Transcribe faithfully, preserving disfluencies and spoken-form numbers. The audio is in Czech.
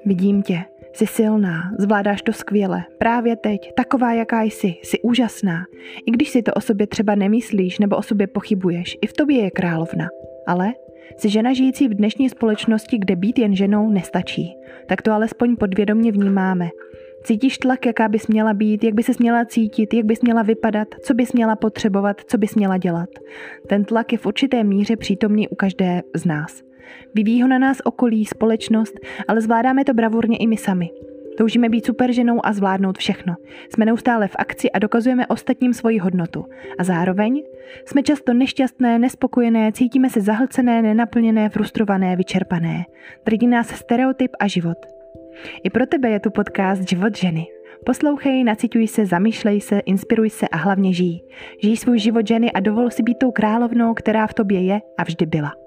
vidím tě, jsi silná, zvládáš to skvěle, právě teď, taková jaká jsi, jsi úžasná. I když si to o sobě třeba nemyslíš nebo o sobě pochybuješ, i v tobě je královna. Ale jsi žena žijící v dnešní společnosti, kde být jen ženou nestačí. Tak to alespoň podvědomě vnímáme. Cítíš tlak, jaká bys měla být, jak bys se měla cítit, jak bys měla vypadat, co bys měla potřebovat, co bys měla dělat. Ten tlak je v určité míře přítomný u každé z nás. Vyvíjí ho na nás okolí, společnost, ale zvládáme to bravurně i my sami. Toužíme být super ženou a zvládnout všechno. Jsme neustále v akci a dokazujeme ostatním svoji hodnotu. A zároveň jsme často nešťastné, nespokojené, cítíme se zahlcené, nenaplněné, frustrované, vyčerpané. Drží nás stereotyp a život. I pro tebe je tu podcast Život ženy. Poslouchej, naciťuj se, zamýšlej se, inspiruj se a hlavně žij. Žij svůj život ženy a dovol si být tou královnou, která v tobě je a vždy byla.